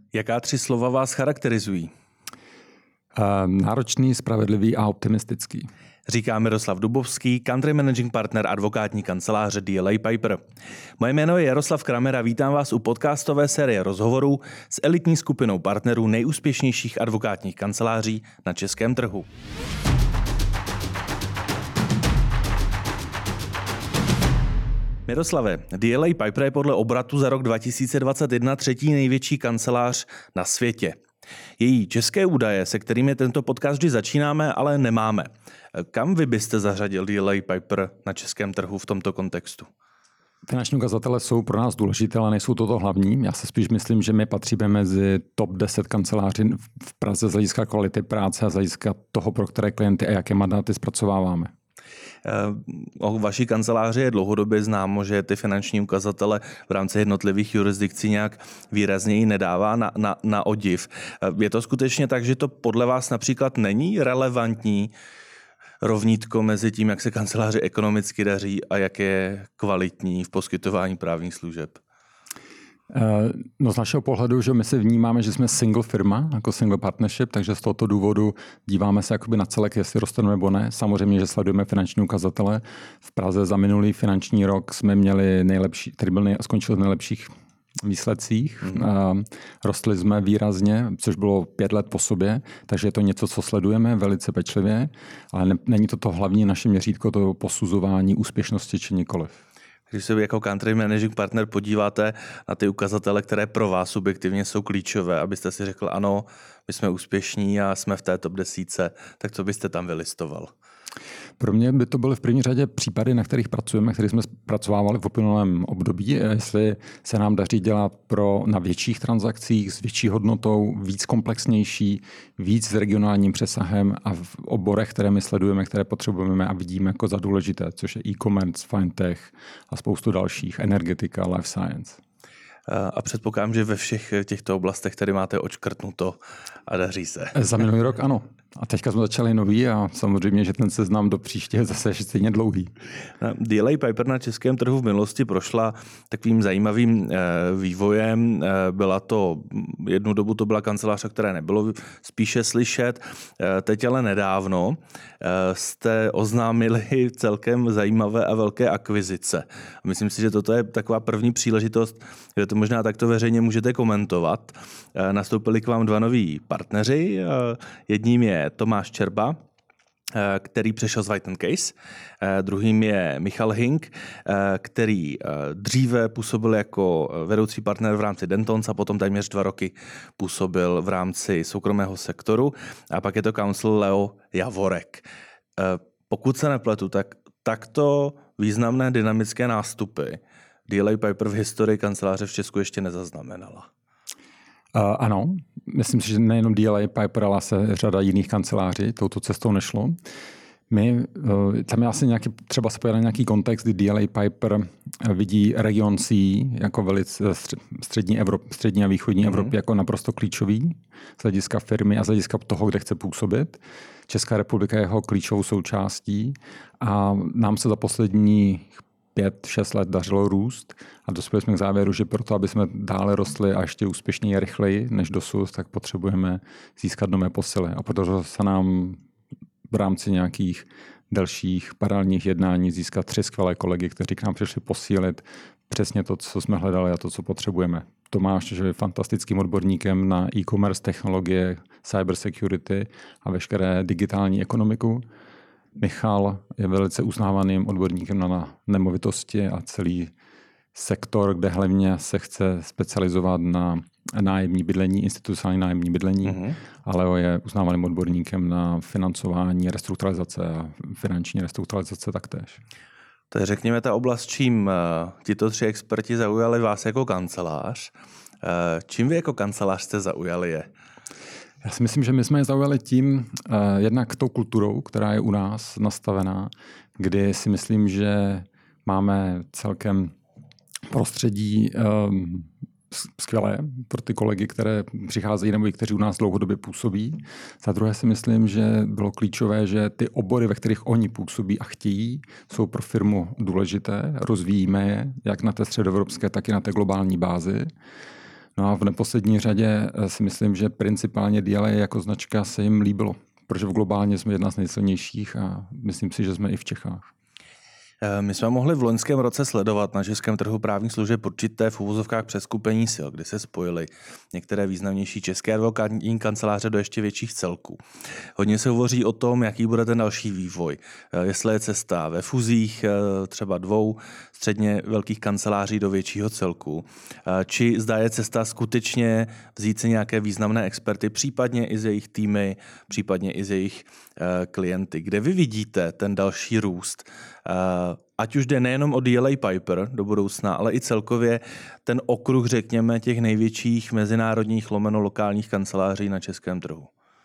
Jaká 3 slova vás charakterizují? Náročný, spravedlivý a optimistický. Říká Miroslav Dubovský, country managing partner advokátní kanceláře DLA Piper. Moje jméno je Jaroslav Kramer a vítám vás u podcastové série rozhovorů s elitní skupinou partnerů nejúspěšnějších advokátních kanceláří na českém trhu. Miroslave, DLA Piper je podle obratu za rok 2021 třetí největší kancelář na světě. Její české údaje, se kterými tento podcast vždy začínáme, ale nemáme. Kam vy byste zařadil DLA Piper na českém trhu v tomto kontextu? Finanční ukazatele jsou pro nás důležité, ale nejsou to hlavní. Já se spíš myslím, že my patříme mezi top 10 kanceláří v Praze z hlediska kvality práce a z hlediska toho, pro které klienty a jaké mandáty zpracováváme. O vaší kanceláři je dlouhodobě známo, že ty finanční ukazatele v rámci jednotlivých jurisdikcí nějak výrazněji nedává na odiv. Je to skutečně tak, že to podle vás například není relevantní rovnítko mezi tím, jak se kanceláři ekonomicky daří a jak je kvalitní v poskytování právních služeb? No z našeho pohledu, že my si vnímáme, že jsme single firma, jako single partnership, takže z tohoto důvodu díváme se jakoby na celek, jestli rosteme nebo ne. Samozřejmě, že sledujeme finanční ukazatele. V Praze za minulý finanční rok jsme měli nejlepší, který skončil v nejlepších výsledcích. Rostli jsme výrazně, což bylo 5 let po sobě, takže je to něco, co sledujeme velice pečlivě, ale není to hlavní naše měřítko, to posuzování úspěšnosti či nikoliv. Když se vy jako country managing partner podíváte na ty ukazatele, které pro vás subjektivně jsou klíčové, abyste si řekl, ano, my jsme úspěšní a jsme v té top 10, tak co byste tam vylistoval? Pro mě by to byly v první řadě případy, na kterých pracujeme, které jsme zpracovávali v uplynulém období. Jestli se nám daří dělat na větších transakcích s větší hodnotou, víc komplexnější, víc s regionálním přesahem a v oborech, které my sledujeme, které potřebujeme a vidíme jako za důležité, což je e-commerce, fintech a spoustu dalších, energetika, life science. A předpokládám, že ve všech těchto oblastech tady máte odškrtnuto a daří se. Za minulý rok ano. A teďka jsme začali nový a samozřejmě, že ten seznam do příště je zase stejně dlouhý. DLA Piper na českém trhu v minulosti prošla takovým zajímavým vývojem. Byla to, jednu dobu to byla kancelář, o které nebylo spíše slyšet. Teď ale nedávno jste oznámili celkem zajímavé a velké akvizice. Myslím si, že toto je taková první příležitost, kde to možná takto veřejně můžete komentovat. Nastoupili k vám 2 noví partneři. Jedním je Tomáš Čerba, který přešel z White & Case. Druhým je Michal Hink, který dříve působil jako vedoucí partner v rámci Dentons a potom téměř 2 roky působil v rámci soukromého sektoru. A pak je to counsel Leo Javorek. Pokud se nepletu, tak takto významné dynamické nástupy DLA Piper v historii kanceláře v Česku ještě nezaznamenala. Ano, myslím si, že nejenom DLA Piper, ale se řada jiných kanceláří touto cestou nešlo. Tam je asi třeba se pojít nějaký kontext, kdy DLA Piper vidí region C jako velice střední a východní Evropy jako naprosto klíčový z hlediska firmy a z hlediska toho, kde chce působit. Česká republika je jeho klíčovou součástí a nám se za poslední 5-6 let dařilo růst a dospěli jsme k závěru, že proto, aby jsme dále rostli a ještě úspěšněji a rychleji než dosud, tak potřebujeme získat nové posily. A protože se nám v rámci nějakých dalších paralelních jednání získat 3 skvělé kolegy, kteří k nám přišli posílit přesně to, co jsme hledali a to, co potřebujeme. Tomáš je fantastickým odborníkem na e-commerce, technologie, cyber security a veškeré digitální ekonomiku. Michal je velice uznávaným odborníkem na nemovitosti a celý sektor, kde hlavně se chce specializovat na nájemní bydlení, institucionální nájemní bydlení, a Leo je uznávaným odborníkem na financování, restrukturalizace a finanční restrukturalizace taktéž. To je, řekněme, ta oblast, čím tito 3 experti zaujali vás jako kancelář. Čím vy jako kancelář jste zaujali je? Já si myslím, že my jsme je zaujali tím, jednak tou kulturou, která je u nás nastavená, kdy si myslím, že máme celkem prostředí skvělé pro ty kolegy, které přicházejí nebo kteří u nás dlouhodobě působí. Za druhé si myslím, že bylo klíčové, že ty obory, ve kterých oni působí a chtějí, jsou pro firmu důležité. Rozvíjíme je jak na té středoevropské, tak i na té globální bázi. No a v neposlední řadě si myslím, že principálně DLA jako značka se jim líbilo, protože v globálně jsme jedna z nejsilnějších a myslím si, že jsme i v Čechách. My jsme mohli v loňském roce sledovat na českém trhu právních služeb určité v uvozovkách přeskupení sil, kdy se spojily některé významnější české advokátní kanceláře do ještě větších celků. Hodně se hovoří o tom, jaký bude ten další vývoj. Jestli je cesta ve fuzích třeba 2 středně velkých kanceláří do většího celku, či zda je cesta skutečně vzít si nějaké významné experty, případně i z jejich týmy, případně i z jejich klienty. Kde vy vidíte ten další růst? Ať už jde nejenom o DLA Piper do budoucna, ale i celkově ten okruh, řekněme, těch největších mezinárodních lokálních kanceláří na českém trhu.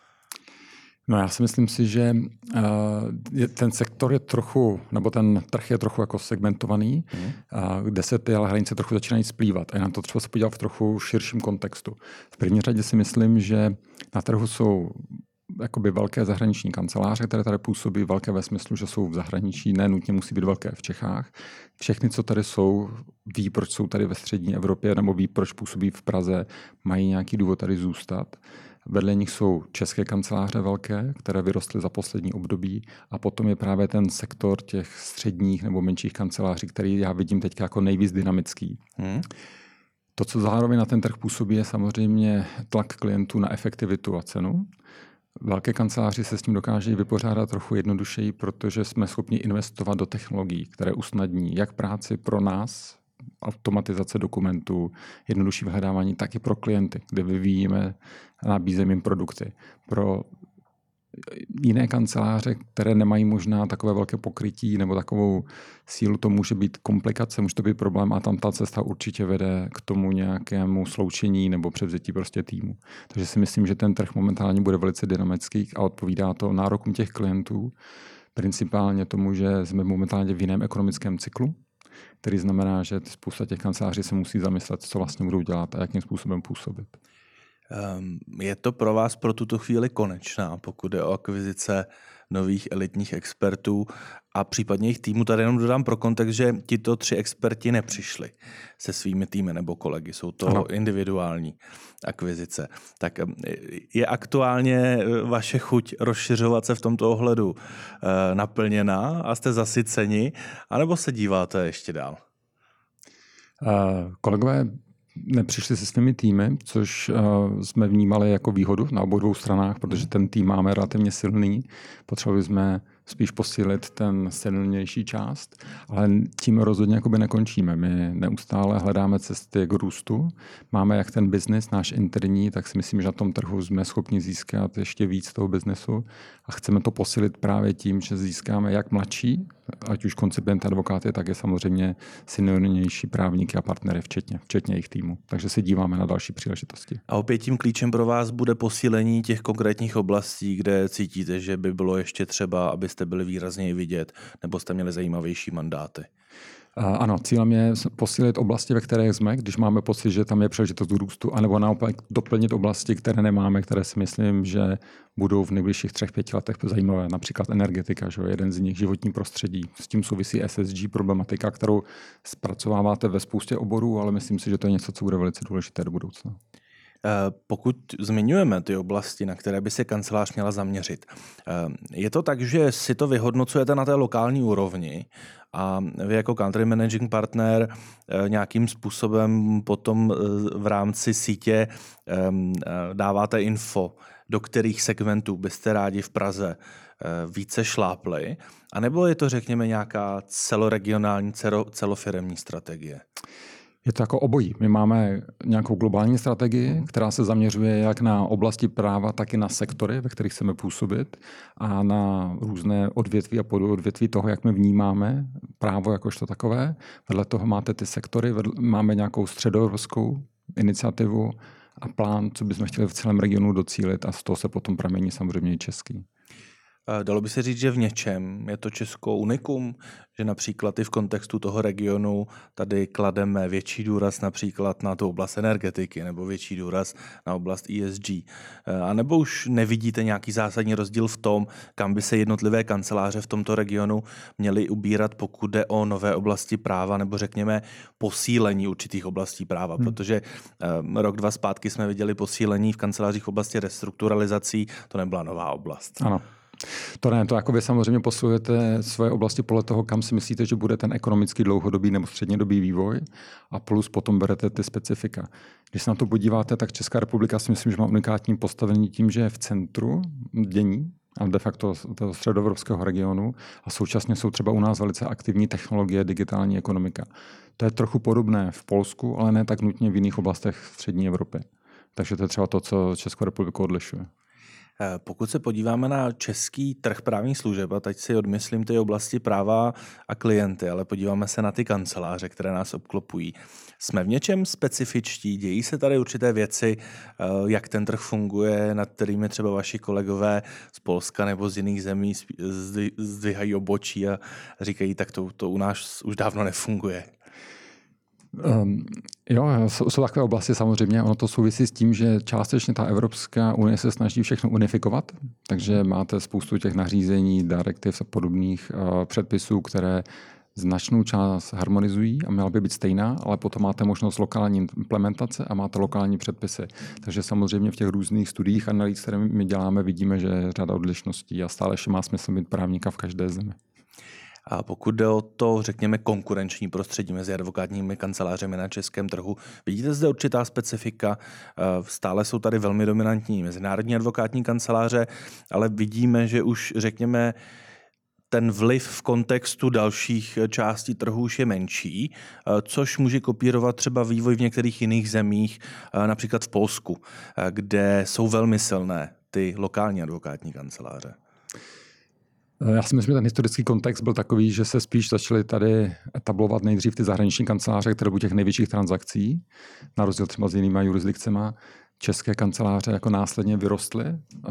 No já si myslím si, že ten sektor je trochu, nebo ten trh je trochu jako segmentovaný, kde se ty hranice trochu začínají splývat. A já na to třeba se podívat v trochu širším kontextu. V první řadě si myslím, že na trhu jsou jakoby velké zahraniční kanceláře, které tady působí velké ve smyslu, že jsou v zahraničí, ne nutně musí být velké v Čechách. Všechny, co tady jsou, ví, proč jsou tady ve střední Evropě, nebo ví, proč působí v Praze, mají nějaký důvod tady zůstat. Vedle nich jsou české kanceláře velké, které vyrostly za poslední období a potom je právě ten sektor těch středních nebo menších kanceláří, který já vidím teď jako nejvíc dynamický. To, co zároveň na ten trh působí, je samozřejmě tlak klientů na efektivitu a cenu. Velké kanceláři se s tím dokáží vypořádat trochu jednodušeji, protože jsme schopni investovat do technologií, které usnadní jak práci pro nás, automatizace dokumentů, jednodušší vyhledávání, tak i pro klienty, kde vyvíjíme a nabízíme jim produkty. Pro jiné kanceláře, které nemají možná takové velké pokrytí nebo takovou sílu, to může být komplikace, může to být problém a tam ta cesta určitě vede k tomu nějakému sloučení nebo převzetí prostě týmu. Takže si myslím, že ten trh momentálně bude velice dynamický a odpovídá to nárokům těch klientů. Principálně tomu, že jsme momentálně v jiném ekonomickém cyklu, který znamená, že spousta těch kanceláří se musí zamyslet, co vlastně budou dělat a jakým způsobem působit. Je to pro vás pro tuto chvíli konečná, pokud jde o akvizice nových elitních expertů a případně jejich týmu? Tady jenom dodám pro kontext, že tito 3 experti nepřišli se svými týmy nebo kolegy, jsou to individuální akvizice. Tak je aktuálně vaše chuť rozšiřovat se v tomto ohledu naplněná a jste zasyceni, anebo se díváte ještě dál? Kolegové nepřišli se svými týmy, což jsme vnímali jako výhodu na obou 2 stranách, protože ten tým máme relativně silný. Potřebovali jsme spíš posílit ten silnější část, ale tím rozhodně jakoby nekončíme. My neustále hledáme cesty k růstu. Máme jak ten biznis, náš interní, tak si myslím, že na tom trhu jsme schopni získat ještě víc toho biznesu a chceme to posílit právě tím, že získáme jak mladší, ať už koncipienty, advokáty, tak je samozřejmě seniornější právníky a partnery, včetně jejich týmu. Takže se díváme na další příležitosti. A opět tím klíčem pro vás bude posílení těch konkrétních oblastí, kde cítíte, že by bylo ještě třeba, abyste byli výrazněji vidět, nebo jste měli zajímavější mandáty? Ano, cílem je posílit oblasti, ve kterých jsme, když máme pocit, že tam je příležitost růstu, anebo naopak doplnit oblasti, které nemáme, které si myslím, že budou v nejbližších 3-5 letech zajímavé. Například energetika, že jeden z nich životní prostředí. S tím souvisí ESG problematika, kterou zpracováváte ve spoustě oborů, ale myslím si, že to je něco, co bude velice důležité do budoucna. Pokud zmiňujeme ty oblasti, na které by se kancelář měla zaměřit, je to tak, že si to vyhodnocujete na té lokální úrovni a vy jako country managing partner nějakým způsobem potom v rámci sítě dáváte info, do kterých segmentů byste rádi v Praze více šlápli, anebo je to, řekněme, nějaká celoregionální, celofiremní strategie? Je to jako obojí. My máme nějakou globální strategii, která se zaměřuje jak na oblasti práva, tak i na sektory, ve kterých chceme působit a na různé odvětví a pododvětví toho, jak my vnímáme právo jakožto takové. Vedle toho máte ty sektory, máme nějakou středoevropskou iniciativu a plán, co bychom chtěli v celém regionu docílit a z toho se potom pramení samozřejmě i český. Dalo by se říct, že v něčem je to Česko unikum, že například i v kontextu toho regionu tady klademe větší důraz například na tu oblast energetiky nebo větší důraz na oblast ESG. A nebo už nevidíte nějaký zásadní rozdíl v tom, kam by se jednotlivé kanceláře v tomto regionu měly ubírat, pokud jde o nové oblasti práva nebo řekněme posílení určitých oblastí práva, protože rok, dva zpátky jsme viděli posílení v kancelářích v oblasti restrukturalizací, to nebyla nová oblast. Ano. To ne, to jako vy samozřejmě posilujete své oblasti podle toho, kam si myslíte, že bude ten ekonomický dlouhodobý nebo střednědobý vývoj a plus potom berete ty specifika. Když se na to podíváte, tak Česká republika si myslím, že má unikátní postavení tím, že je v centru dění a de facto toho středoevropského regionu a současně jsou třeba u nás velice aktivní technologie, digitální ekonomika. To je trochu podobné v Polsku, ale ne tak nutně v jiných oblastech střední Evropy. Takže to je třeba to, co Českou republiku odlišuje. Pokud se podíváme na český trh právních služeb, a teď si odmyslím ty oblasti práva a klienty, ale podíváme se na ty kanceláře, které nás obklopují. Jsme v něčem specifičtí, dějí se tady určité věci, jak ten trh funguje, nad kterými třeba vaši kolegové z Polska nebo z jiných zemí zdvihají obočí a říkají, tak to u nás už dávno nefunguje. Jo, jsou takové oblasti samozřejmě. Ono to souvisí s tím, že částečně ta Evropská unie se snaží všechno unifikovat, takže máte spoustu těch nařízení, direktiv a podobných předpisů, které značnou část harmonizují a měla by být stejná, ale potom máte možnost lokální implementace a máte lokální předpisy. Takže samozřejmě v těch různých studiích analýz, které my děláme, vidíme, že je řada odlišností a stále ještě má smysl mít právníka v každé zemi. A pokud jde o to, řekněme, konkurenční prostředí mezi advokátními kancelářemi na českém trhu, vidíte zde určitá specifika, stále jsou tady velmi dominantní mezinárodní advokátní kanceláře, ale vidíme, že už, řekněme, ten vliv v kontextu dalších částí trhu už je menší, což může kopírovat třeba vývoj v některých jiných zemích, například v Polsku, kde jsou velmi silné ty lokální advokátní kanceláře. Já si myslím, že ten historický kontext byl takový, že se spíš začaly tady etablovat nejdřív ty zahraniční kanceláře, které byly těch největších transakcí, na rozdíl třeba s jinýma jurisdikcema. České kanceláře jako následně vyrostly.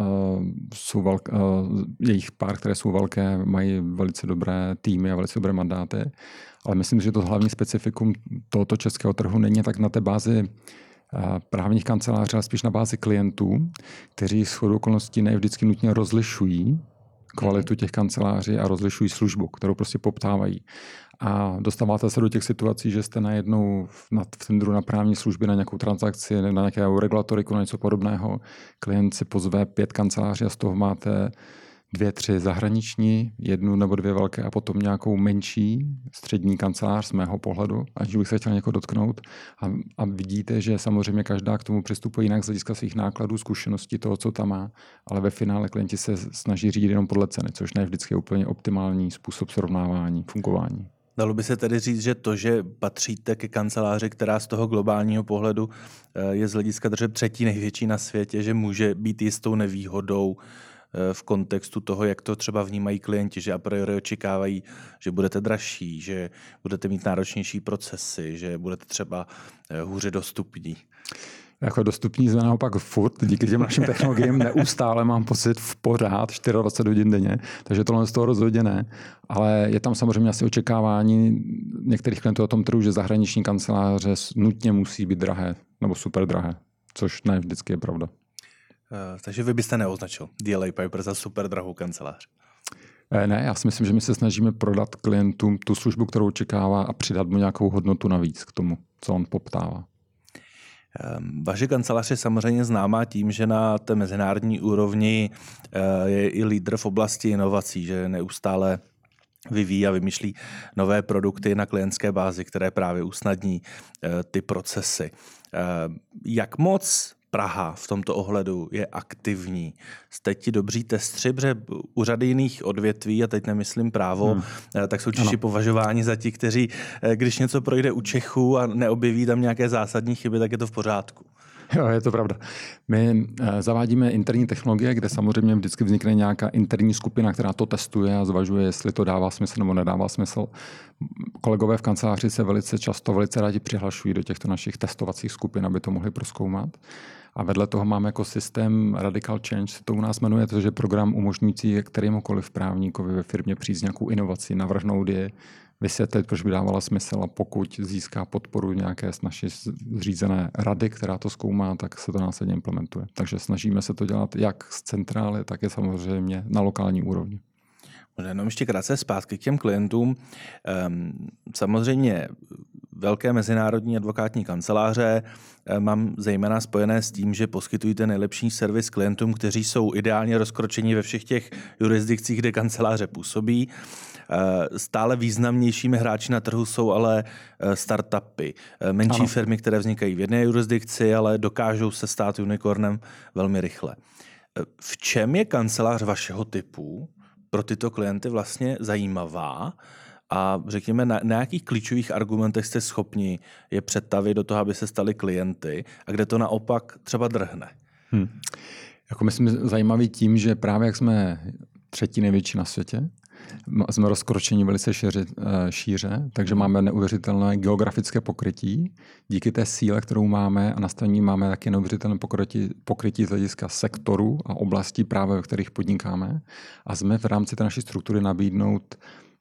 Jejich pár, které jsou velké, mají velice dobré týmy a velice dobré mandáty. Ale myslím, že to hlavní specifikum tohoto českého trhu není tak na té bázi právních kanceláří, ale spíš na bázi klientů, kteří shodou okolností ne vždycky nutně rozlišují kvalitu těch kanceláří a rozlišují službu, kterou prostě poptávají. A dostáváte se do těch situací, že jste najednou v tendru na právní služby, na nějakou transakci, na nějakou regulatoriku, na něco podobného. Klient si pozve 5 kanceláří a z toho máte 2, 3 zahraniční, 1 nebo 2 velké a potom nějakou menší střední kancelář z mého pohledu, ať bych se chtěl někoho dotknout. A vidíte, že samozřejmě každá k tomu přistupuje jinak z hlediska svých nákladů, zkušeností toho, co tam má, ale ve finále klienti se snaží řídit jenom podle ceny, což ne vždycky je úplně optimální způsob srovnávání, fungování. Dalo by se tedy říct, že to, že patříte ke kanceláři, která z toho globálního pohledu je z hlediska tržeb 3. největší na světě, že může být jistou nevýhodou v kontextu toho, jak to třeba vnímají klienti, že a priori očekávají, že budete dražší, že budete mít náročnější procesy, že budete třeba hůře dostupní. Jako dostupní jsme naopak furt, díky těm našim technologiím neustále mám pocit v pořád 24 hodin denně, takže tohle z toho rozhodně ne, ale je tam samozřejmě asi očekávání některých klientů o tom trhu, že zahraniční kanceláře nutně musí být drahé nebo super drahé, což ne vždycky je pravda. Takže vy byste neoznačil DLA Piper za super drahou kancelář? Ne, já si myslím, že my se snažíme prodat klientům tu službu, kterou očekává a přidat mu nějakou hodnotu navíc k tomu, co on poptává. Vaše kancelář je samozřejmě známá tím, že na té mezinárodní úrovni je i lídr v oblasti inovací, že neustále vyvíjí a vymýšlí nové produkty na klientské bázi, které právě usnadní ty procesy. Jak moc Praha v tomto ohledu je aktivní? Jste ti dobří testři, protože u řady jiných odvětví, a teď nemyslím právo, tak jsou Češi považováni za ti, kteří, když něco projde u Čechů a neobjeví tam nějaké zásadní chyby, tak je to v pořádku. Jo, je to pravda. My zavádíme interní technologie, kde samozřejmě vždycky vznikne nějaká interní skupina, která to testuje a zvažuje, jestli to dává smysl nebo nedává smysl. Kolegové v kanceláři se velice často, velice rádi přihlašují do těchto našich testovacích skupin, aby to mohli prozkoumat. A vedle toho máme jako systém Radical Change, se to u nás jmenuje, to je program umožňující kterémukoliv právníkovi ve firmě přijít s nějakou inovací, navrhnout je, vysvětlit, proč by dávala smysl, a pokud získá podporu nějaké z naší zřízené rady, která to zkoumá, tak se to následně implementuje. Takže snažíme se to dělat jak z centrály, tak i samozřejmě na lokální úrovni. Jenom ještě krátce zpátky k těm klientům. Samozřejmě velké mezinárodní advokátní kanceláře mám zejména spojené s tím, že poskytují ten nejlepší servis klientům, kteří jsou ideálně rozkročeni ve všech těch jurisdikcích, kde kanceláře působí. Stále významnějšími hráči na trhu jsou ale startupy, menší firmy, které vznikají v jedné jurisdikci, ale dokážou se stát unicornem velmi rychle. V čem je kancelář vašeho typu pro tyto klienty vlastně zajímavá a řekněme, na jakých klíčových argumentech jste schopni je přetavit do toho, aby se stali klienty, a kde to naopak třeba drhne? Jako myslím zajímavý tím, že právě jak jsme třetí největší na světě, jsme rozkročeni velice šíře, takže máme neuvěřitelné geografické pokrytí. Díky té síle, kterou máme a nastavení, máme taky neuvěřitelné pokrytí z hlediska sektorů a oblastí právě, ve kterých podnikáme. A jsme v rámci té naší struktury nabídnout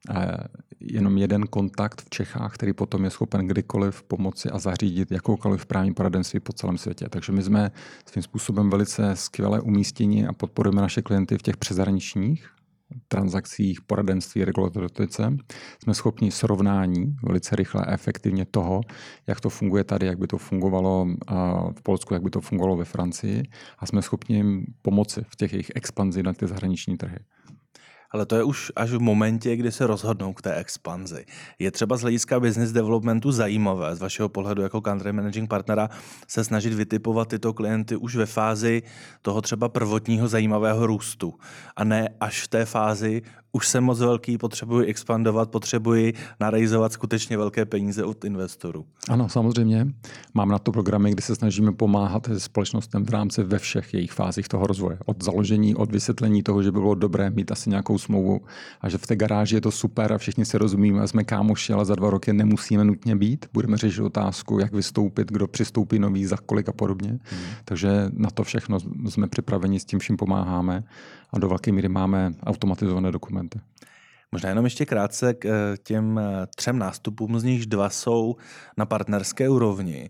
jenom jeden kontakt v Čechách, který potom je schopen kdykoliv pomoci a zařídit jakoukoliv právní poradenství po celém světě. Takže my jsme svým způsobem velice skvěle umístěni a podporujeme naše klienty v těch přeshraničních transakcích, poradenství, regulatorice. Jsme schopni srovnání velice rychle a efektivně toho, jak to funguje tady, jak by to fungovalo v Polsku, jak by to fungovalo ve Francii, a jsme schopni jim pomoci v těch jejich expanzi na ty zahraniční trhy. Ale to je už až v momentě, kdy se rozhodnou k té expanzi. Je třeba z hlediska business developmentu zajímavé z vašeho pohledu jako country managing partnera se snažit vytipovat tyto klienty už ve fázi toho třeba prvotního zajímavého růstu, a ne až v té fázi už jsem moc velký, potřebuji expandovat, potřebuji narejzovat skutečně velké peníze od investorů. Ano, samozřejmě. Mám na to programy, kdy se snažíme pomáhat společnostem v rámci ve všech jejich fázích toho rozvoje. Od založení, od vysvětlení toho, že by bylo dobré mít asi nějakou smlouvu a že v té garáži je to super a všichni si rozumíme, jsme kámoši, ale za 2 roky nemusíme nutně být. Budeme řešit otázku, jak vystoupit, kdo přistoupí nový, za kolik a podobně. Takže na to všechno jsme připraveni, s tím vším pomáháme a do velké míry máme automatizované dokumenty. Možná jenom ještě krátce k těm 3 nástupům, z nichž 2 jsou na partnerské úrovni.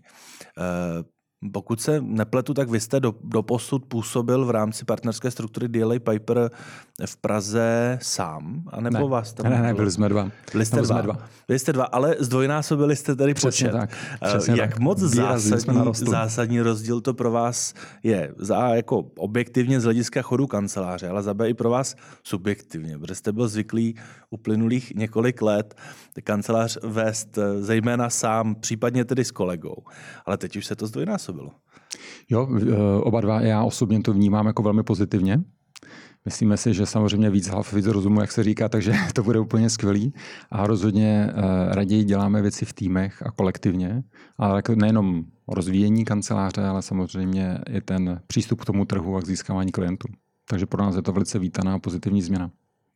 Pokud se nepletu, tak vy jste doposud působil v rámci partnerské struktury DLA Piper v Praze sám? Anebo ne, vás tam ne, byli jsme 2. Byli jste 2, ale zdvojnásobili jste tedy přesně počet. Tak, přesně jak tak. moc zásadní rozdíl to pro vás je? Jako objektivně z hlediska chodu kanceláře, ale za B i pro vás subjektivně, protože jste byl zvyklý uplynulých několik let kancelář vést zejména sám, případně tedy s kolegou. Ale teď už se to zdvojnásobilo. Jo, oba 2, já osobně to vnímám jako velmi pozitivně. Myslíme si, že samozřejmě víc hlav, víc rozumu, jak se říká, takže to bude úplně skvělý. A rozhodně raději děláme věci v týmech a kolektivně. Ale nejenom rozvíjení kanceláře, ale samozřejmě i ten přístup k tomu trhu a k získávání klientů. Takže pro nás je to velice vítaná pozitivní změna.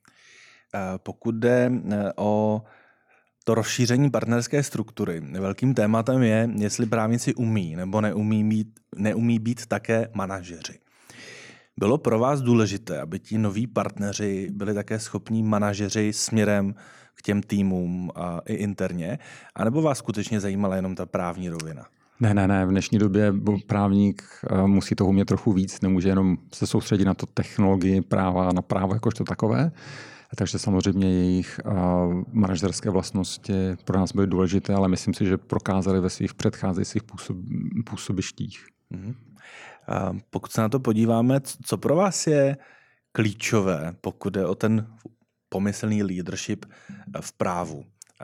Pokud jde o to rozšíření partnerské struktury, velkým tématem je, jestli právníci umí nebo neumí být také manažeři. Bylo pro vás důležité, aby ti noví partneři byli také schopní manažeři směrem k těm týmům i interně, anebo vás skutečně zajímala jenom ta právní rovina? Ne. V dnešní době právník musí toho umět trochu víc, nemůže jenom se soustředit na to technologii práva, na právo jakožto takové. Takže samozřejmě jejich manažerské vlastnosti pro nás byly důležité, ale myslím si, že prokázali ve svých předcházejících působištích. Pokud se na to podíváme, co pro vás je klíčové, pokud jde o ten pomyslný leadership v právu?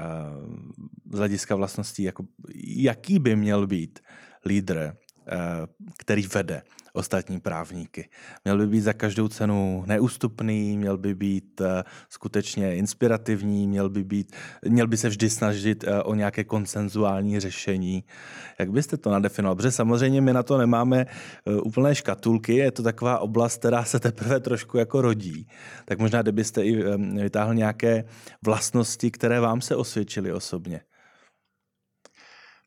Z hlediska vlastností, jaký by měl být lídr, který vede ostatní právníky. Měl by být za každou cenu neústupný, měl by být skutečně inspirativní, měl by se vždy snažit o nějaké konsenzuální řešení. Jak byste to nadefinoval? Protože samozřejmě my na to nemáme úplné škatulky, je to taková oblast, která se teprve trošku jako rodí. Tak možná, kdybyste i vytáhl nějaké vlastnosti, které vám se osvědčily osobně.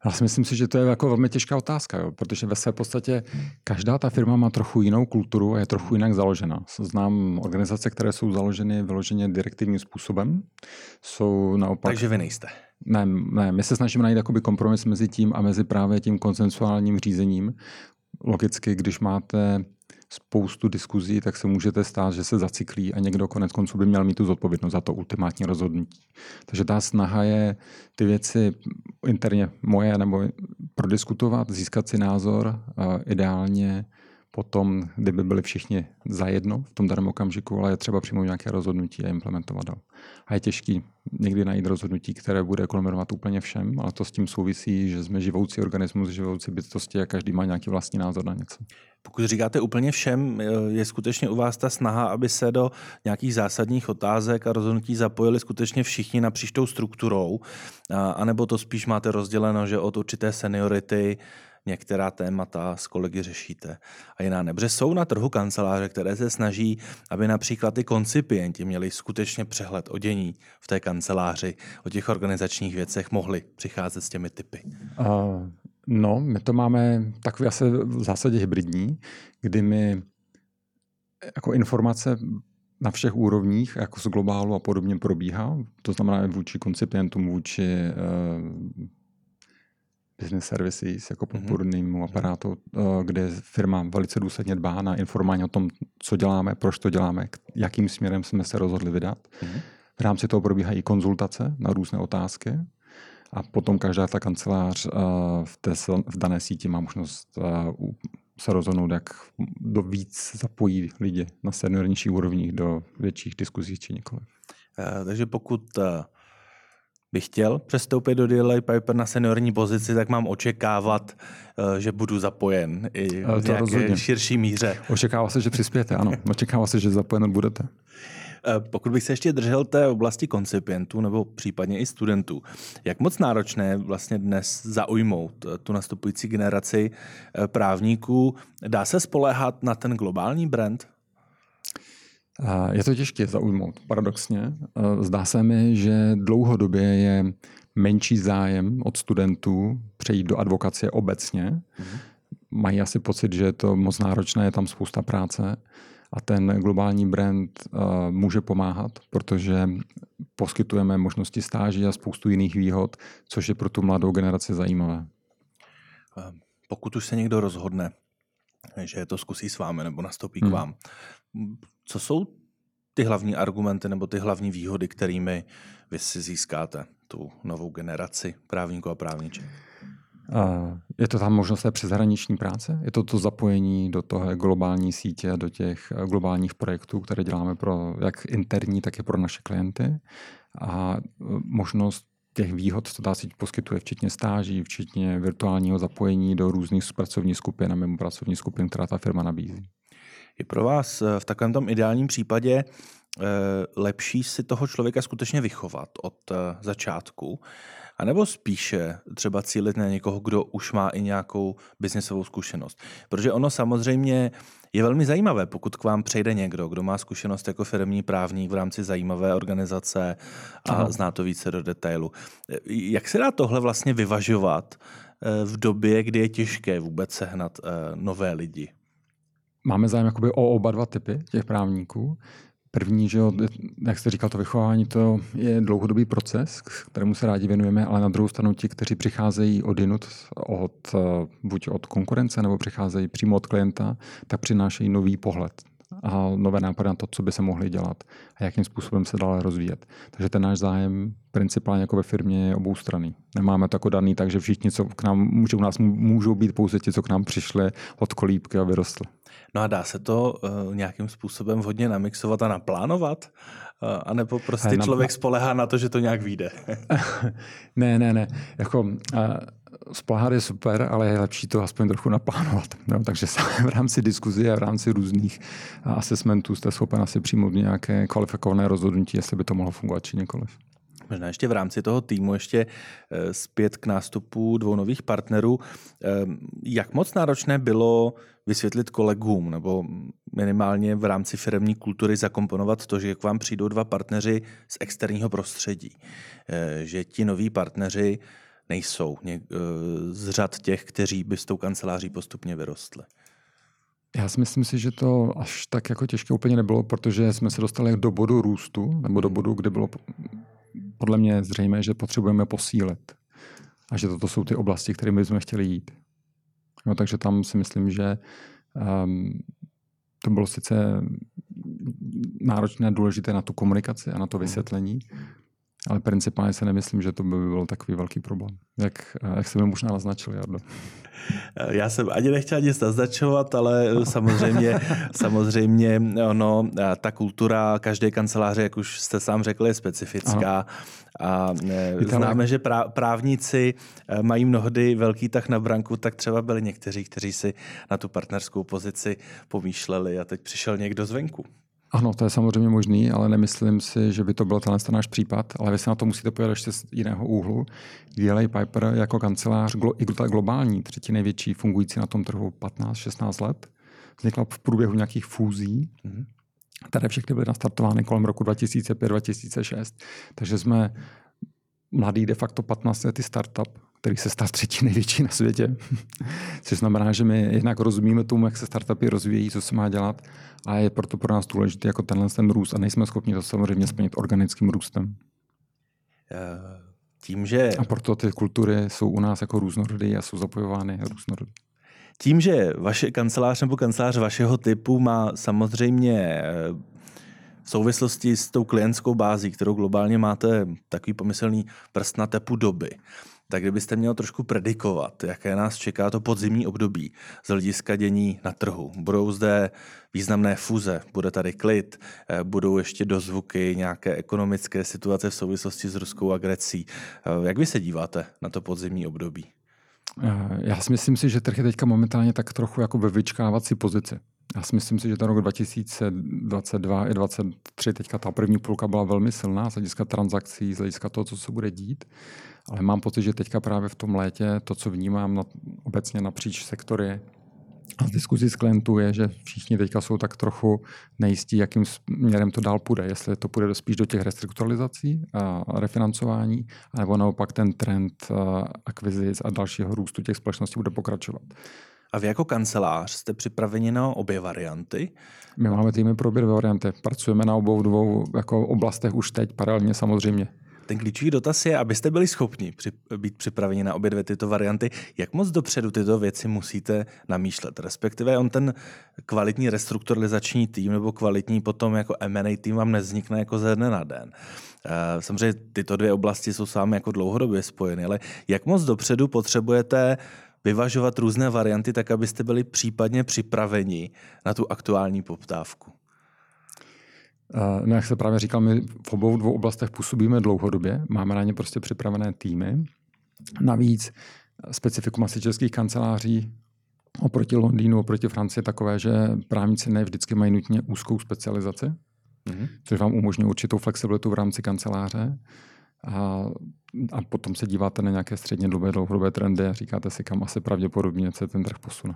Já si myslím si, že to je jako velmi těžká otázka, jo? Protože ve své podstatě každá ta firma má trochu jinou kulturu a je trochu jinak založena. Znám organizace, které jsou založeny vyloženě direktivním způsobem. Jsou naopak... Takže vy nejste. Ne, my se snažíme najít jakoby kompromis mezi tím a mezi právě tím konsensuálním řízením. Logicky, když máte spoustu diskuzí, tak se můžete stát, že se zacyklí a někdo konec konců by měl mít tu zodpovědnost za to ultimátní rozhodnutí. Takže ta snaha je ty věci interně moje nebo prodiskutovat, získat si názor, ideálně potom, kdyby byli všichni zajedno v tom daném okamžiku, ale je třeba přijmout nějaké rozhodnutí a implementovat dál. A je těžký někdy najít rozhodnutí, které bude kulminovat úplně všem, ale to s tím souvisí, že jsme živoucí organismus, živoucí bytosti a každý má nějaký vlastní názor na něco. Pokud říkáte úplně všem, je skutečně u vás ta snaha, aby se do nějakých zásadních otázek a rozhodnutí zapojili skutečně všichni napříč tou strukturou, anebo to spíš máte rozděleno, že od určité seniority některá témata s kolegy řešíte a jiná ne. Protože jsou na trhu kanceláře, které se snaží, aby například ty koncipienti měli skutečně přehled o dění v té kanceláři, o těch organizačních věcech, mohli přicházet s těmi tipy. No, my to máme takový asi v zásadě hybridní, kdy my jako informace na všech úrovních, jako z globálu a podobně probíhá. To znamená vůči koncipientům, vůči business services, jako podpůrnému aparátu, kde firma velice důsledně dbá na informování o tom, co děláme, proč to děláme, jakým směrem jsme se rozhodli vydat. V rámci toho probíhají konzultace na různé otázky a potom každá ta kancelář v dané síti má možnost se rozhodnout, jak do víc zapojí lidi na seniornějších úrovních do větších diskuzí či nikoliv. Takže pokud bych chtěl přestoupit do DLA Piper na seniorní pozici, tak mám očekávat, že budu zapojen i v nějaké rozhodně širší míře. Očekává se, že přispějete, ano. Očekává se, že zapojen budete. Pokud bych se ještě držel té oblasti koncipientů nebo případně i studentů, jak moc náročné je vlastně dnes zaujmout tu nastupující generaci právníků? Dá se spoléhat na ten globální brand? Je to těžké zaujmout, paradoxně. Zdá se mi, že dlouhodobě je menší zájem od studentů přejít do advokacie obecně. Mají asi pocit, že je to moc náročné, je tam spousta práce a ten globální brand může pomáhat, protože poskytujeme možnosti stáží a spoustu jiných výhod, což je pro tu mladou generaci zajímavé. Pokud už se někdo rozhodne, že to zkusí s vámi nebo nastoupí k vám, co jsou ty hlavní argumenty nebo ty hlavní výhody, kterými vy si získáte tu novou generaci právníků a právniček? Je to tam možnost té přeshraniční práce? Je to zapojení do toho globální sítě, do těch globálních projektů, které děláme pro jak interní, tak i pro naše klienty. A možnost těch výhod, co ta síť poskytuje, včetně stáží, včetně virtuálního zapojení do různých pracovních skupin a mimo pracovních skupin, která ta firma nabízí. Je pro vás v takovém tom ideálním případě lepší si toho člověka skutečně vychovat od začátku, anebo spíše třeba cílit na někoho, kdo už má i nějakou biznesovou zkušenost? Protože ono samozřejmě je velmi zajímavé, pokud k vám přejde někdo, kdo má zkušenost jako firemní právník v rámci zajímavé organizace a zná to více do detailu. Jak se dá tohle vlastně vyvažovat v době, kdy je těžké vůbec sehnat nové lidi? Máme zájem jakoby o oba dva typy těch právníků. První, že jak jste říkal, to vychovávání, to je dlouhodobý proces, kterému se rádi věnujeme, ale na druhou stranu ti, kteří přicházejí odinut, buď od konkurence, nebo přicházejí přímo od klienta, tak přinášejí nový pohled a nové nápady na to, co by se mohli dělat a jakým způsobem se dále rozvíjet. Takže ten náš zájem principálně jako ve firmě je oboustranný. Nemáme to jako daný, takže všichni, co k nám můžou být pouze ti, co k nám přišli od kolíbky a vyrostli. No a dá se to nějakým způsobem hodně namixovat a naplánovat? A nebo prostě člověk spolehá na to, že to nějak vyjde? Ne. Spoléhat je super, ale je lepší to aspoň trochu naplánovat. No, takže v rámci diskuzi a v rámci různých assessmentů jste schopen asi přijmout nějaké kvalifikované rozhodnutí, jestli by to mohlo fungovat či nikoliv. Možná ještě v rámci toho týmu ještě zpět k nástupu 2 nových partnerů. Jak moc náročné bylo vysvětlit kolegům nebo minimálně v rámci firemní kultury zakomponovat to, že k vám přijdou 2 partneři z externího prostředí? Že ti noví partneři nejsou z řad těch, kteří by s tou kanceláří postupně vyrostli? Já si myslím si, že to až tak jako těžké úplně nebylo, protože jsme se dostali do bodu růstu, nebo do bodu, kde bylo podle mě zřejmé, že potřebujeme posílit. A že toto jsou ty oblasti, kterými bychom chtěli jít. No, takže tam si myslím, že to bylo sice náročné a důležité na tu komunikaci a na to vysvětlení, ale principálně se nemyslím, že to by byl takový velký problém. Jak se mi možná naznačil, Jardo. Já jsem ani nechtěl nic naznačovat, ale samozřejmě ta kultura každé kanceláře, jak už jste sám řekl, je specifická. A známe, že právníci mají mnohdy velký tah na branku, tak třeba byli někteří, kteří si na tu partnerskou pozici pomýšleli a teď přišel někdo zvenku. Ano, to je samozřejmě možný, ale nemyslím si, že by to byl tenhle náš případ, ale vy se na to musíte podívat ještě z jiného úhlu. DLA Piper jako kancelář, i ta globální, třetí největší, fungující na tom trhu 15-16 let, vznikla v průběhu nějakých fúzí, které všechny byly nastartovány kolem roku 2005-2006. Takže jsme mladý de facto 15letý startup, který se stal třetí největší na světě. Což znamená, že my jednak rozumíme tomu, jak se startupy rozvíjejí, co se má dělat, a je proto pro nás důležitý jako ten růst a nejsme schopni to samozřejmě splnit organickým růstem. A proto ty kultury jsou u nás jako různorodé a jsou zapojovány různorodé. Tím, že vaše kancelář nebo kancelář vašeho typu má samozřejmě v souvislosti s tou klientskou bází, kterou globálně máte takový pomyslný prst na tepu doby, tak kdybyste měl trošku predikovat, jaké nás čeká to podzimní období z hlediska dění na trhu. Budou zde významné fuze, bude tady klid, budou ještě dozvuky nějaké ekonomické situace v souvislosti s ruskou agresí. Jak vy se díváte na to podzimní období? Já si myslím si, že trh je teďka momentálně tak trochu jako ve vyčkávací pozici. Já si myslím si, že ten rok 2022 i 2023 teďka ta první půlka byla velmi silná z hlediska transakcí, z hlediska toho, co se bude dít. Ale mám pocit, že teďka právě v tom létě to, co vnímám obecně napříč sektory a z diskuzí s klientů, je, že všichni teďka jsou tak trochu nejistí, jakým směrem to dál půjde. Jestli to půjde spíš do těch restrukturalizací a refinancování, anebo naopak ten trend akvizic a dalšího růstu těch společností bude pokračovat. A vy jako kancelář jste připraveni na obě varianty? My máme týmy pro obě varianty. Pracujeme na obou dvou jako oblastech už teď, paralelně samozřejmě. Ten klíčový dotaz je, abyste byli schopni být připraveni na obě dvě tyto varianty, jak moc dopředu tyto věci musíte namýšlet. Respektive on ten kvalitní restrukturalizační tým nebo kvalitní potom jako M&A tým vám nevznikne jako ze dne na den. Samozřejmě tyto dvě oblasti jsou s vámi jako dlouhodobě spojeny, ale jak moc dopředu potřebujete vyvažovat různé varianty, tak abyste byli případně připraveni na tu aktuální poptávku? No, jak se právě říkal, my v obou dvou oblastech působíme dlouhodobě, máme na ně prostě připravené týmy. Navíc specifikum asi českých kanceláří oproti Londýnu, oproti Francii je takové, že právníci ne vždycky mají nutně úzkou specializaci, což vám umožňuje určitou flexibilitu v rámci kanceláře. A potom se díváte na nějaké střednědobé, dlouhodobé trendy a říkáte si, kam asi pravděpodobně se ten trh posune.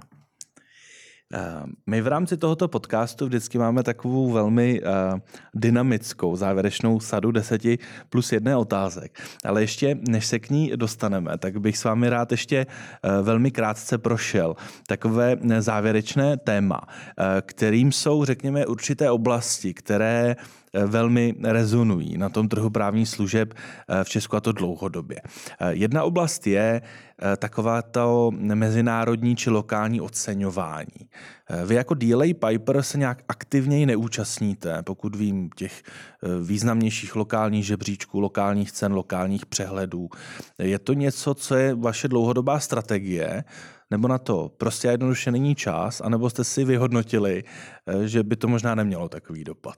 My v rámci tohoto podcastu vždycky máme takovou velmi dynamickou závěrečnou sadu 10+1 otázek. Ale ještě než se k ní dostaneme, tak bych s vámi rád ještě velmi krátce prošel takové závěrečné téma, kterým jsou, řekněme, určité oblasti, které velmi rezonují na tom trhu právních služeb v Česku, a to dlouhodobě. Jedna oblast je takováto mezinárodní či lokální oceňování. Vy jako DLA Piper se nějak aktivněji neúčastníte, pokud vím, těch významnějších lokálních žebříčků, lokálních cen, lokálních přehledů. Je to něco, co je vaše dlouhodobá strategie, nebo na to prostě jednoduše není čas, anebo jste si vyhodnotili, že by to možná nemělo takový dopad?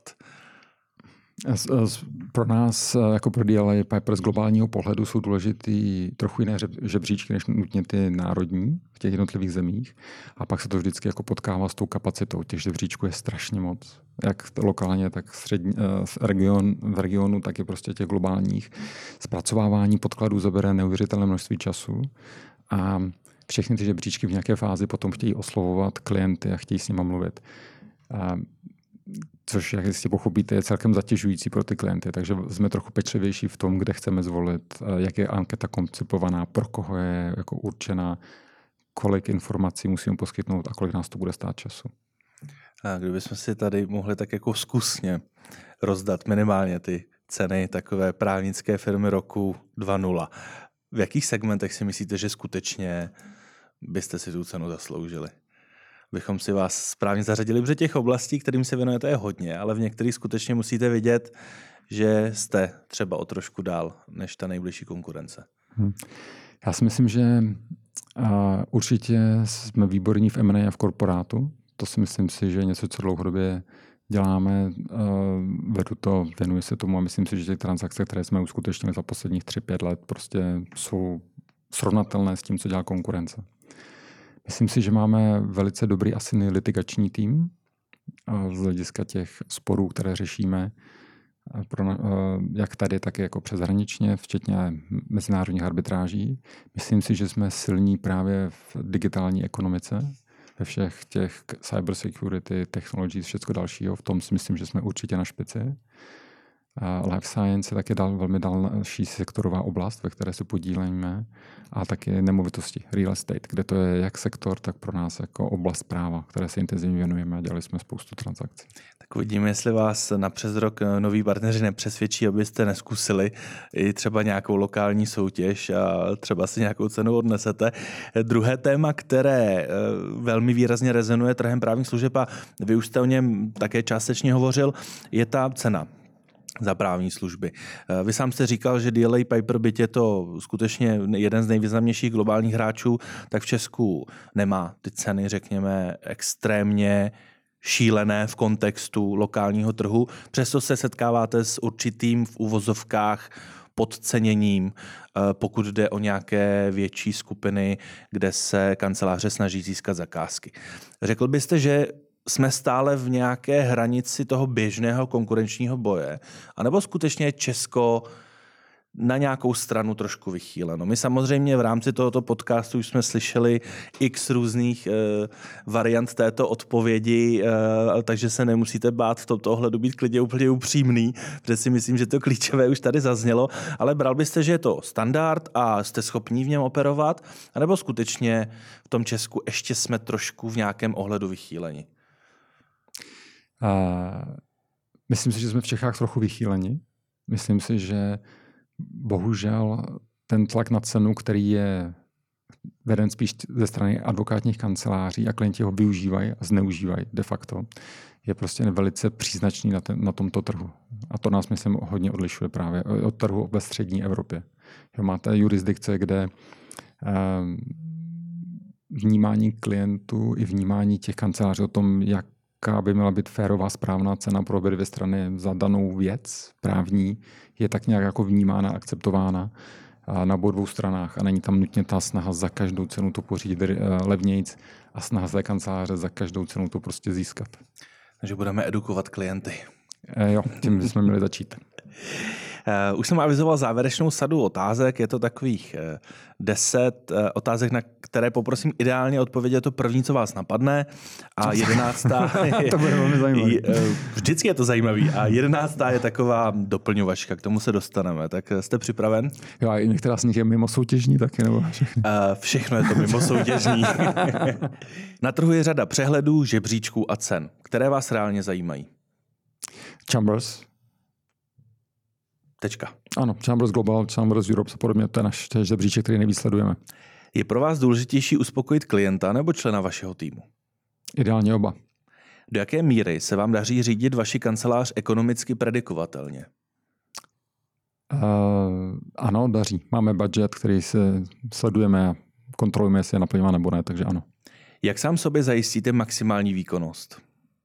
Pro nás, jako pro DLA Piper z globálního pohledu, jsou důležitý trochu jiné žebříčky než nutně ty národní v těch jednotlivých zemích. A pak se to vždycky jako potkává s tou kapacitou. Těch žebříčků je strašně moc. Jak lokálně, tak v regionu, tak i prostě těch globálních. Zpracovávání podkladů zabere neuvěřitelné množství času. A všechny ty žebříčky v nějaké fázi potom chtějí oslovovat klienty a chtějí s nimi mluvit. což, jak jistě pochopíte, je celkem zatěžující pro ty klienty, takže jsme trochu pečlivější v tom, kde chceme zvolit, jak je anketa koncipovaná, pro koho je jako určená, kolik informací musíme poskytnout a kolik nás to bude stát času. A kdybychom si tady mohli tak jako zkusně rozdat minimálně ty ceny takové právnické firmy roku 2.0. V jakých segmentech si myslíte, že skutečně byste si tu cenu zasloužili? Bychom si vás správně zařadili, protože těch oblastí, kterým se věnujete, je hodně, ale v některých skutečně musíte vidět, že jste třeba o trošku dál než ta nejbližší konkurence. Já si myslím, že určitě jsme výborní v M&A a v korporátu. To si myslím si, že je něco, co dlouhodobě děláme. Věnuji se tomu a myslím si, že ty transakce, které jsme uskutečnili za posledních 3-5 let, prostě jsou srovnatelné s tím, co dělá konkurence. Myslím si, že máme velice dobrý asi litigační tým z hlediska těch sporů, které řešíme, jak tady, tak i jako přeshraničně, včetně mezinárodních arbitráží. Myslím si, že jsme silní právě v digitální ekonomice, ve všech těch cyber security, technologies, všechno dalšího. V tom si myslím, že jsme určitě na špici. Life science je taky velmi další sektorová oblast, ve které se podílíme, a taky nemovitosti, real estate, kde to je jak sektor, tak pro nás jako oblast práva, které se intenzivně věnujeme a dělali jsme spoustu transakcí. Tak uvidíme, jestli vás na přes rok noví partneři nepřesvědčí, abyste neskusili i třeba nějakou lokální soutěž a třeba si nějakou cenu odnesete. Druhé téma, které velmi výrazně rezonuje trhem právních služeb, a vy už jste o něm také částečně hovořil, je ta cena za právní služby. Vy sám jste říkal, že DLA Piper, byť je to skutečně jeden z nejvýznamnějších globálních hráčů, tak v Česku nemá ty ceny, řekněme, extrémně šílené v kontextu lokálního trhu. Přesto se setkáváte s určitým v uvozovkách podceněním, pokud jde o nějaké větší skupiny, kde se kanceláře snaží získat zakázky. Řekl byste, že jsme stále v nějaké hranici toho běžného konkurenčního boje? A nebo skutečně je Česko na nějakou stranu trošku vychýleno? My samozřejmě v rámci tohoto podcastu už jsme slyšeli x různých variant této odpovědi, takže se nemusíte bát v tomto ohledu být klidně úplně upřímný, protože si myslím, že to klíčové už tady zaznělo, ale bral byste, že je to standard a jste schopní v něm operovat, anebo skutečně v tom Česku ještě jsme trošku v nějakém ohledu vychýleni? Myslím si, že jsme v Čechách trochu vychýleni. Myslím si, že bohužel ten tlak na cenu, který je veden spíš ze strany advokátních kanceláří a klienti ho využívají a zneužívají de facto, je prostě velice příznačný na tomto trhu. A to nás, myslím, hodně odlišuje právě od trhu ve střední Evropě. Máte jurisdikce, kde vnímání klientů i vnímání těch kanceláří o tom, jaká by měla být férová správná cena pro obě dvě strany za danou věc právní, je tak nějak jako vnímána, akceptována na obou dvou stranách a není tam nutně ta snaha za každou cenu to pořídit levnějc a snaha té kanceláře za každou cenu to prostě získat. Takže budeme edukovat klienty. Jo, tím bychom měli začít. Už jsem avizoval závěrečnou sadu otázek, je to takových 10 otázek, na které poprosím ideálně odpovědět to první, co vás napadne, a 11. To bude velmi zajímavé. Vždycky je to zajímavý a 11. je taková doplňovačka, k tomu se dostaneme. Tak jste připraven? Jo, a některá z nich je mimo soutěžní taky, nebo všechno? Všechno je to mimo soutěžní. Na trhu je řada přehledů, žebříčků a cen. Které vás reálně zajímají? Chambers. Tečka. Ano, Chambers Global, Chambers Europe a podobně, to je náš žebříček, který nejvíc sledujeme. Je pro vás důležitější uspokojit klienta nebo člena vašeho týmu? Ideálně oba. Do jaké míry se vám daří řídit vaši kancelář ekonomicky predikovatelně? Ano, daří. Máme budget, který se sledujeme a kontrolujeme, jestli je naplňován nebo ne, takže ano. Jak sám sobě zajistíte maximální výkonnost?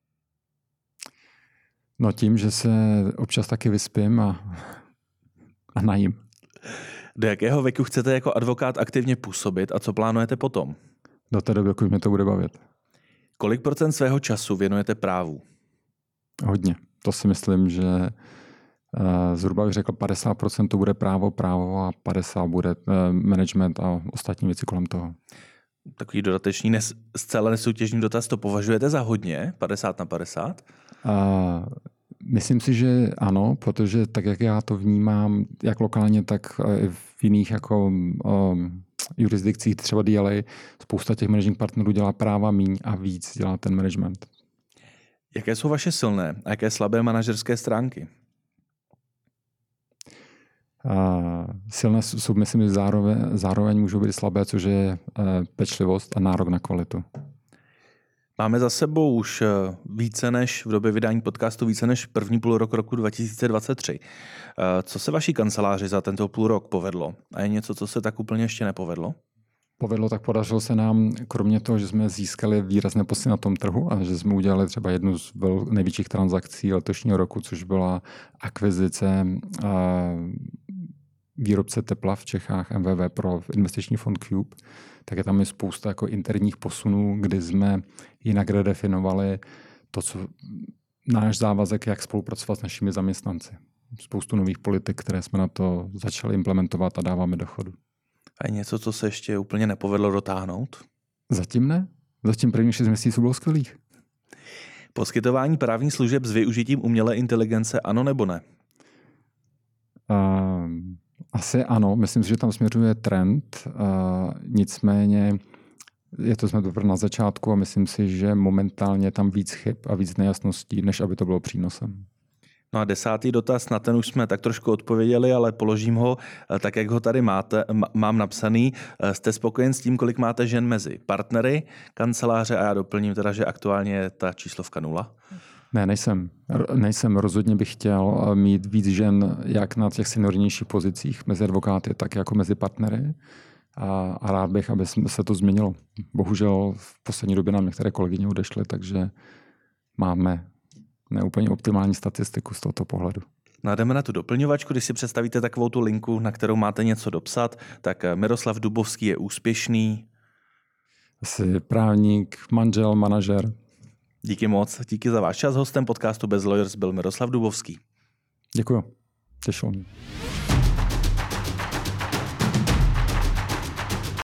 No tím, že se občas taky vyspím a najím. Do jakého věku chcete jako advokát aktivně působit a co plánujete potom? Do té doby, pokud mě to bude bavit. Kolik procent svého času věnujete právu? Hodně. To si myslím, že zhruba bych řekl 50% to bude právo a 50% bude management a ostatní věci kolem toho. Takový dodatečný, zcela nesoutěžní dotaz, to považujete za hodně, 50/50? Myslím si, že ano, protože tak, jak já to vnímám, jak lokálně, tak i v jiných jako jurisdikcích, třeba DLA, spousta těch managing partnerů dělá práva míň a víc dělá ten management. Jaké jsou vaše silné a jaké slabé manažerské stránky? Silné jsou, myslím, že zároveň můžou být slabé, což je pečlivost a nárok na kvalitu. Máme za sebou už více než v době vydání podcastu více než první půlrok roku 2023. Co se vaší kanceláři za tento půlrok povedlo? A je něco, co se tak úplně ještě nepovedlo? Podařilo se nám, kromě toho, že jsme získali výrazné posty na tom trhu a že jsme udělali třeba jednu z největších transakcí letošního roku, což byla akvizice výrobce tepla v Čechách MVV pro investiční fond Cube, tak je tam i spousta jako interních posunů, kdy jsme jinak redefinovali to, co náš závazek, jak spolupracovat s našimi zaměstnanci. Spoustu nových politik, které jsme na to začali implementovat a dáváme do chodu. A je něco, co se ještě úplně nepovedlo dotáhnout? Zatím ne. Zatím první 6 měsíců bylo skvělých. Poskytování právních služeb s využitím umělé inteligence, ano nebo ne? Asi ano. Myslím si, že tam směřuje trend. Nicméně jsme teprve na začátku a myslím si, že momentálně tam víc chyb a víc nejasností, než aby to bylo přínosem. No a 10. dotaz, na ten už jsme tak trošku odpověděli, ale položím ho tak, jak ho tady mám napsaný. Jste spokojen s tím, kolik máte žen mezi partnery kanceláře a já doplním teda, že aktuálně je ta číslovka 0? Ne, nejsem. Rozhodně bych chtěl mít víc žen jak na těch seniornějších pozicích mezi advokáty, tak jako mezi partnery. A rád bych, aby se to změnilo. Bohužel v poslední době nám některé kolegyně odešly, takže máme neúplně optimální statistiku z tohoto pohledu. No a jdeme na tu doplňovačku. Když si představíte takovou tu linku, na kterou máte něco dopsat, tak Miroslav Dubovský je úspěšný. Asi právník, manžel, manažer. Díky moc. Díky za váš čas. Hostem podcastu Bez Lawyers byl Miroslav Dubovský. Děkuju. Těšilo mě.